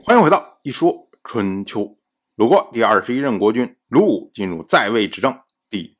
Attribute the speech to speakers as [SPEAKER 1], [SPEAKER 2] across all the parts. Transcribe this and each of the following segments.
[SPEAKER 1] 欢迎回到一说春秋。鲁国第21任国君鲁武进入在位执政第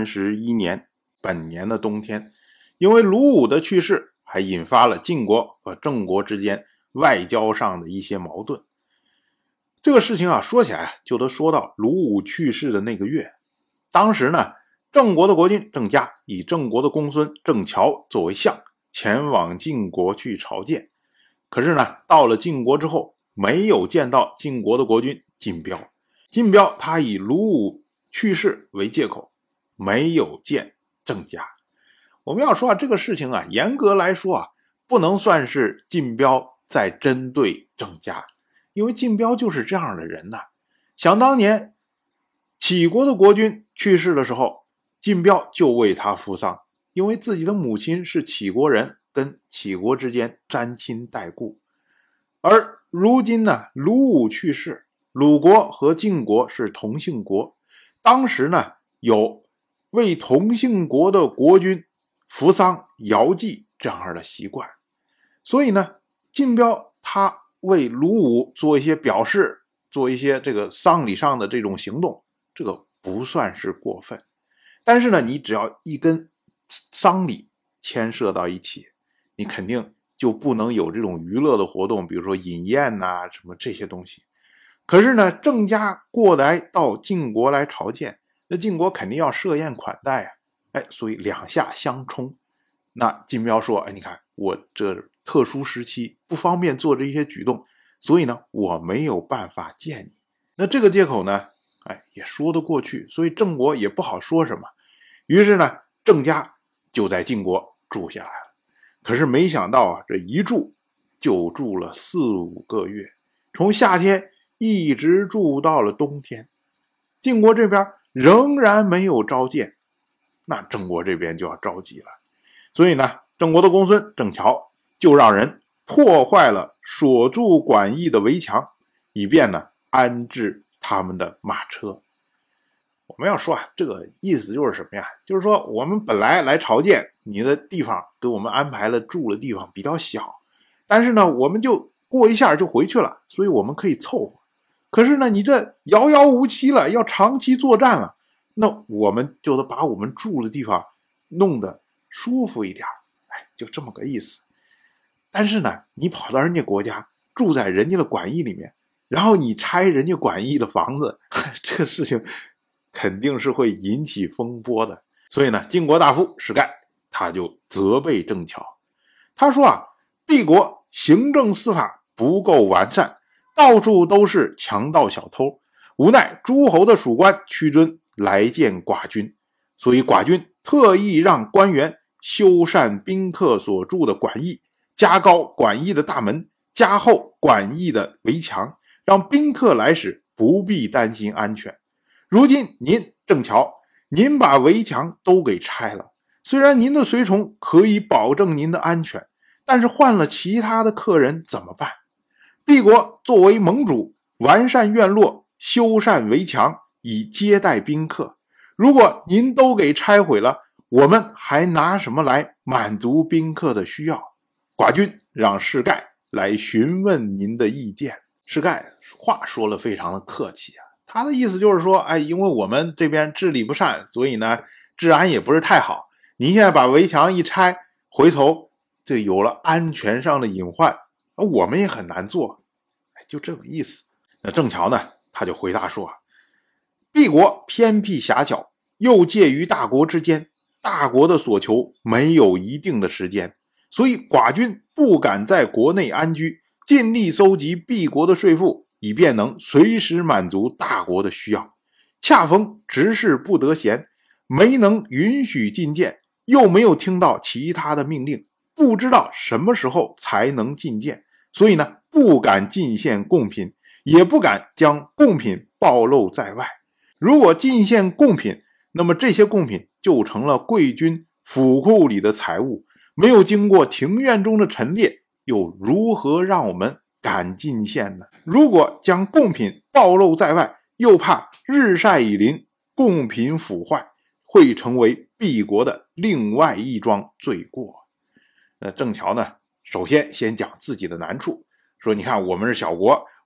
[SPEAKER 1] 31年，本年的冬天，因为鲁武的去世，还引发了晋国和郑国之间外交上的一些矛盾。这个事情说起来就得说到鲁武去世的那个月。当时呢，郑国的国君郑家以郑国的公孙郑乔作为相，前往晋国去朝见。可是呢，到了晋国之后，没有见到晋国的国君晋彪。晋彪他以鲁武去世为借口，没有见郑家。我们要说这个事情严格来说不能算是晋彪在针对郑家，因为晋彪就是这样的人想当年杞国的国君去世的时候，晋彪就为他扶丧，因为自己的母亲是杞国人，跟杞国之间沾亲带故。而如今呢，鲁武去世，鲁国和晋国是同姓国，当时呢有为同姓国的国君扶丧遥祭这样的习惯，所以呢，晋彪他为鲁武做一些表示，做一些这个丧礼上的这种行动，这个不算是过分。但是呢，你只要一跟丧礼牵涉到一起，你肯定就不能有这种娱乐的活动，比如说饮宴什么这些东西。可是呢，郑家过来到晋国来朝见，那晋国肯定要设宴款待所以两下相冲。那晋彪说，你看我这特殊时期不方便做这些举动，所以呢，我没有办法见你。那这个借口呢，也说得过去，所以郑国也不好说什么。于是呢，郑家就在晋国住下来了。可是没想到这一住就住了4-5个月，从夏天一直住到了冬天。晋国这边仍然没有召见，那郑国这边就要着急了。所以呢，郑国的公孙郑乔就让人破坏了锁住馆驿的围墙，以便呢安置他们的马车。我们要说这个意思就是什么呀？就是说我们本来来朝见，你的地方给我们安排了住的地方比较小，但是呢我们就过一下就回去了，所以我们可以凑合。可是呢你这遥遥无期了，要长期作战了，那我们就得把我们住的地方弄得舒服一点，就这么个意思。但是呢你跑到人家国家住在人家的馆驿里面，然后你拆人家馆驿的房子，这个事情肯定是会引起风波的。所以呢，晋国大夫士盖他就责备郑乔，他说敝国行政司法不够完善，到处都是强盗小偷，无奈诸侯的属官屈尊来见寡君，所以寡君特意让官员修缮宾客所住的馆驿，加高馆驿的大门，加厚馆驿的围墙，让宾客来时不必担心安全。如今您郑乔，您把围墙都给拆了，虽然您的随从可以保证您的安全，但是换了其他的客人怎么办？敝国作为盟主，完善院落，修缮围墙，以接待宾客。如果您都给拆毁了，我们还拿什么来满足宾客的需要？寡君让士盖来询问您的意见。士盖话说了非常的客气他的意思就是说，因为我们这边治理不善，所以呢治安也不是太好，您现在把围墙一拆，回头就有了安全上的隐患，我们也很难做，就这个意思。那郑乔呢他就回答说，敝国偏僻狭小，又介于大国之间，大国的所求没有一定的时间，所以寡君不敢在国内安居，尽力搜集敝国的税赋，以便能随时满足大国的需要。恰逢执事不得闲，没能允许觐见，又没有听到其他的命令，不知道什么时候才能觐见，所以呢不敢进献贡品，也不敢将贡品暴露在外。如果进献贡品，那么这些贡品就成了贵军府库里的财物，没有经过庭院中的陈列，又如何让我们敢进献呢？如果将贡品暴露在外，又怕日晒雨淋，贡品腐坏，会成为敝国的另外一桩罪过。郑乔呢，首先讲自己的难处，说你看我们是小国，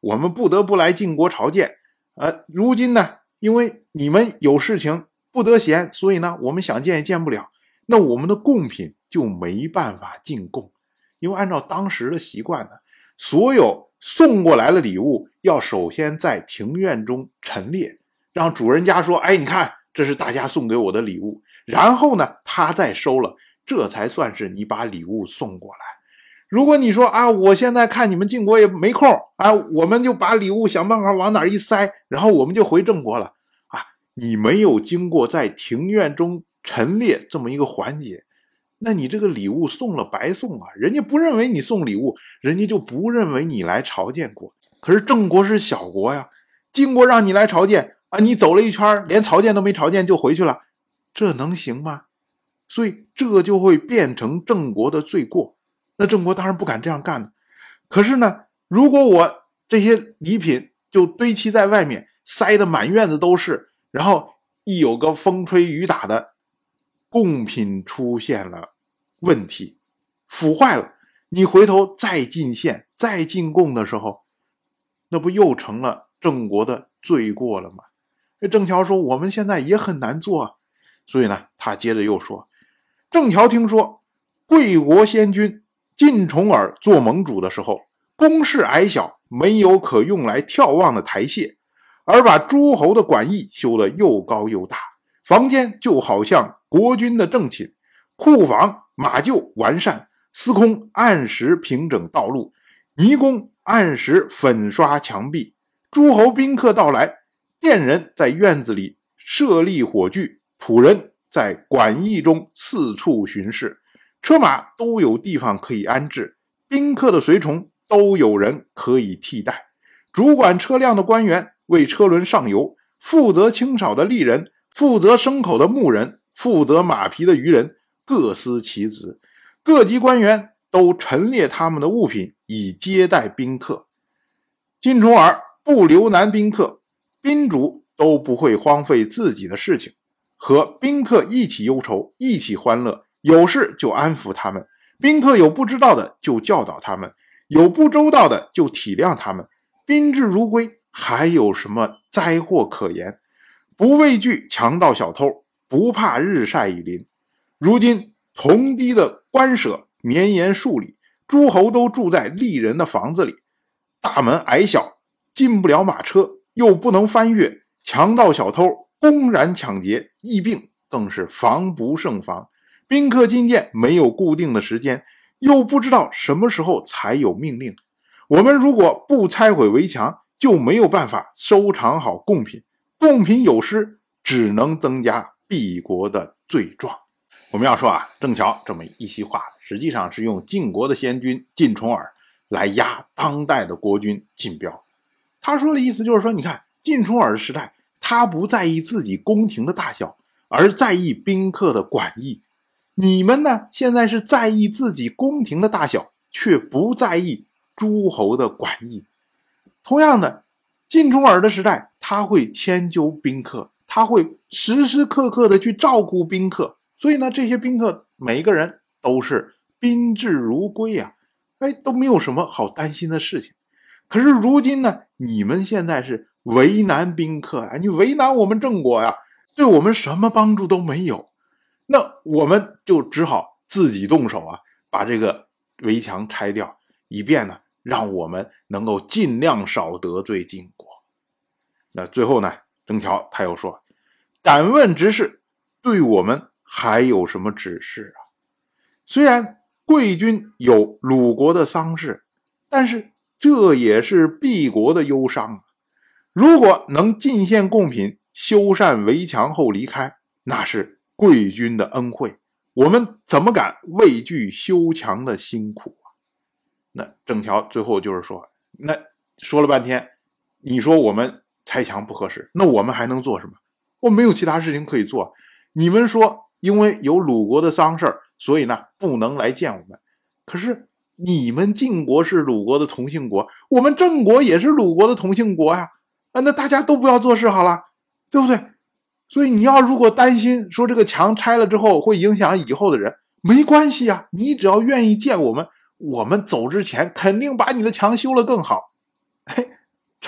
[SPEAKER 1] 我们不得不来晋国朝见。如今呢，因为你们有事情不得闲，所以呢，我们想见也见不了。那我们的贡品就没办法进贡，因为按照当时的习惯呢，所有送过来的礼物要首先在庭院中陈列，让主人家说，你看，这是大家送给我的礼物，然后呢，他再收了，这才算是你把礼物送过来。如果你说我现在看你们晋国也没空我们就把礼物想办法往哪一塞，然后我们就回郑国了你没有经过在庭院中陈列这么一个环节，那你这个礼物送了白送人家不认为你送礼物，人家就不认为你来朝见过。可是郑国是小国呀，晋国让你来朝见你走了一圈连朝见都没朝见就回去了，这能行吗？所以这就会变成郑国的罪过。那郑国当然不敢这样干。可是呢，如果我这些礼品就堆积在外面，塞得满院子都是，然后一有个风吹雨打的，贡品出现了问题，腐坏了，你回头再进献再进贡的时候，那不又成了郑国的罪过了吗？郑乔说我们现在也很难做所以呢，他接着又说，郑乔听说贵国先君晋重耳做盟主的时候，宫室矮小，没有可用来眺望的台榭，而把诸侯的馆驿修得又高又大，房间就好像国君的正寝，库房马厩完善，司空按时平整道路，泥工按时粉刷墙壁，诸侯宾客到来，店人在院子里设立火炬，仆人在馆驿中四处巡视，车马都有地方可以安置，宾客的随从都有人可以替代，主管车辆的官员为车轮上油，负责清扫的吏人，负责牲口的牧人，负责马匹的渔人，各司其职，各级官员都陈列他们的物品以接待宾客。晋重耳不留难宾客，宾主都不会荒废自己的事情，和宾客一起忧愁，一起欢乐，有事就安抚他们，宾客有不知道的就教导他们，有不周到的就体谅他们，宾至如归，还有什么灾祸可言？不畏惧强盗小偷，不怕日晒雨淋。如今同堤的官舍绵延数里，诸侯都住在吏人的房子里，大门矮小，进不了马车，又不能翻越，强盗小偷公然抢劫，疫病更是防不胜防。宾客觐见没有固定的时间，又不知道什么时候才有命令。我们如果不拆毁围墙，就没有办法收藏好贡品，贡品有失，只能增加敝国的罪状。我们要说郑乔这么一席话，实际上是用晋国的先君晋重耳来压当代的国君晋彪。他说的意思就是说，你看晋重耳的时代，他不在意自己宫廷的大小，而在意宾客的馆驿。你们呢，现在是在意自己宫廷的大小，却不在意诸侯的馆驿。同样的，晋重耳的时代，他会迁就宾客，他会时时刻刻的去照顾宾客，所以呢，这些宾客每一个人都是宾至如归都没有什么好担心的事情。可是如今呢，你们现在是为难宾客你为难我们郑国对我们什么帮助都没有，那我们就只好自己动手把这个围墙拆掉，以便呢让我们能够尽量少得罪晋国。那最后呢，郑乔他又说，敢问执事，对我们还有什么指示虽然贵君有鲁国的丧事，但是这也是敝国的忧伤如果能进献贡品，修缮围墙后离开，那是贵君的恩惠，我们怎么敢畏惧修墙的辛苦那郑乔最后就是说，那说了半天，你说我们拆墙不合适，那我们还能做什么？我们没有其他事情可以做。你们说因为有鲁国的丧事，所以呢不能来见我们，可是你们晋国是鲁国的同姓国，我们郑国也是鲁国的同姓国那大家都不要做事好了，对不对？所以你要如果担心说这个墙拆了之后会影响以后的人，没关系你只要愿意见我们，我们走之前肯定把你的墙修了更好。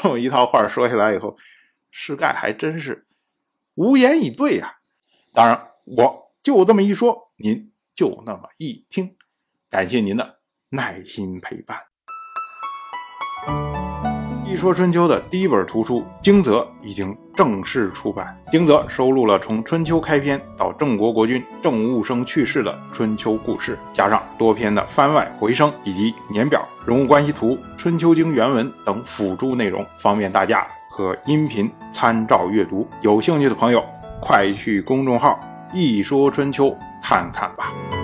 [SPEAKER 1] 这么一套话说下来以后，施盖还真是无言以对啊。当然我就这么一说，您就那么一听，感谢您的耐心陪伴。一说春秋的第一本图书《惊泽》已经正式出版。惊泽收录了从春秋开篇到郑国国君郑务生去世的春秋故事，加上多篇的番外回声以及年表、人物关系图、春秋经原文等辅助内容，方便大家和音频参照阅读。有兴趣的朋友快去公众号一说春秋看看吧。